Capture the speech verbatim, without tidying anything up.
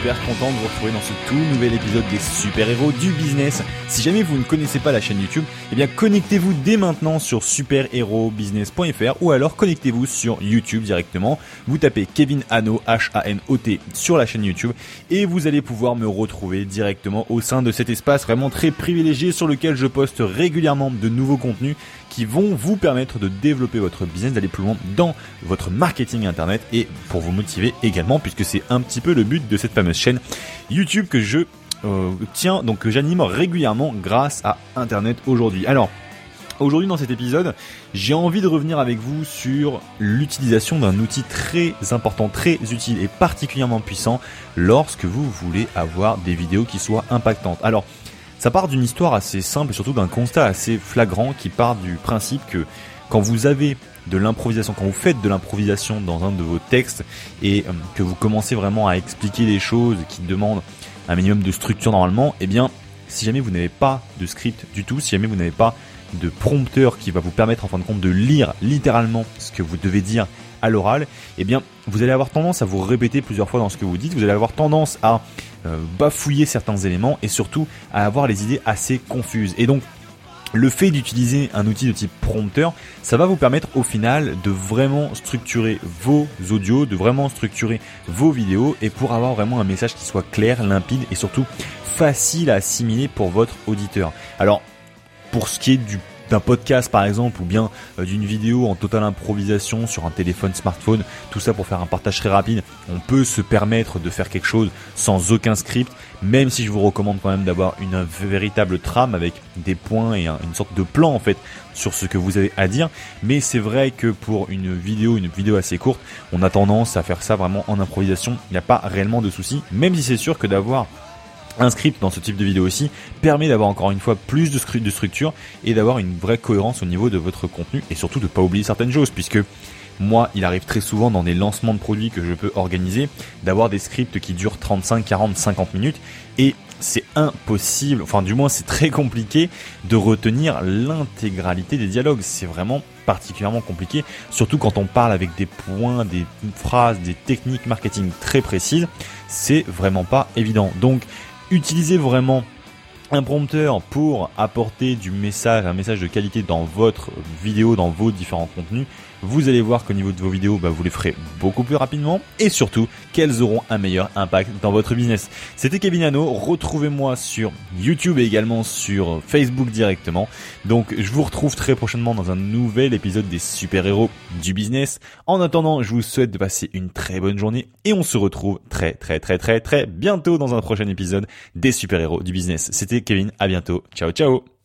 super content de vous retrouver dans ce tout nouvel épisode des super-héros du business. Si jamais vous ne connaissez pas la chaîne YouTube, eh bien connectez-vous dès maintenant sur super héros business point f r ou alors connectez-vous sur YouTube directement. Vous tapez Kevin Hanot, H A N O T sur la chaîne YouTube et vous allez pouvoir me retrouver directement au sein de cet espace vraiment très privilégié sur lequel je poste régulièrement de nouveaux contenus qui vont vous permettre de développer votre business, d'aller plus loin dans votre marketing internet et pour vous motiver également, puisque c'est un petit peu le but de cette fameuse chaîne YouTube que je euh, tiens, donc que j'anime régulièrement grâce à internet aujourd'hui. Alors, aujourd'hui dans cet épisode, j'ai envie de revenir avec vous sur l'utilisation d'un outil très important, très utile et particulièrement puissant lorsque vous voulez avoir des vidéos qui soient impactantes. Alors, ça part d'une histoire assez simple et surtout d'un constat assez flagrant qui part du principe que quand vous avez de l'improvisation, quand vous faites de l'improvisation dans un de vos textes et que vous commencez vraiment à expliquer des choses qui demandent un minimum de structure normalement, eh bien, si jamais vous n'avez pas de script du tout, si jamais vous n'avez pas de prompteur qui va vous permettre en fin de compte de lire littéralement ce que vous devez dire à l'oral, eh bien, vous allez avoir tendance à vous répéter plusieurs fois dans ce que vous dites, vous allez avoir tendance à euh, bafouiller certains éléments et surtout à avoir les idées assez confuses. Et donc, le fait d'utiliser un outil de type prompteur, ça va vous permettre au final de vraiment structurer vos audios, de vraiment structurer vos vidéos et pour avoir vraiment un message qui soit clair, limpide et surtout facile à assimiler pour votre auditeur. Alors, pour ce qui est du d'un podcast par exemple ou bien euh, d'une vidéo en totale improvisation sur un téléphone smartphone, tout ça pour faire un partage très rapide, on peut se permettre de faire quelque chose sans aucun script, même si je vous recommande quand même d'avoir une véritable trame avec des points et un, une sorte de plan en fait sur ce que vous avez à dire. Mais c'est vrai que pour une vidéo, une vidéo assez courte, on a tendance à faire ça vraiment en improvisation, il n'y a pas réellement de souci, même si c'est sûr que d'avoir un script dans ce type de vidéo aussi permet d'avoir encore une fois plus de, de structure et d'avoir une vraie cohérence au niveau de votre contenu et surtout de ne pas oublier certaines choses, puisque moi il arrive très souvent dans des lancements de produits que je peux organiser d'avoir des scripts qui durent trente-cinq, quarante, cinquante minutes et c'est impossible, enfin du moins c'est très compliqué de retenir l'intégralité des dialogues, c'est vraiment particulièrement compliqué, surtout quand on parle avec des points, des phrases, des techniques marketing très précises, c'est vraiment pas évident. Donc utilisez vraiment un prompteur pour apporter du message, un message de qualité dans votre vidéo, dans vos différents contenus. Vous allez voir qu'au niveau de vos vidéos, bah, vous les ferez beaucoup plus rapidement et surtout qu'elles auront un meilleur impact dans votre business. C'était Kevin Hanot, retrouvez-moi sur YouTube et également sur Facebook directement. Donc je vous retrouve très prochainement dans un nouvel épisode des super-héros du business. En attendant, je vous souhaite de passer une très bonne journée et on se retrouve très très très très très bientôt dans un prochain épisode des super-héros du business. C'était Kevin, à bientôt, ciao ciao.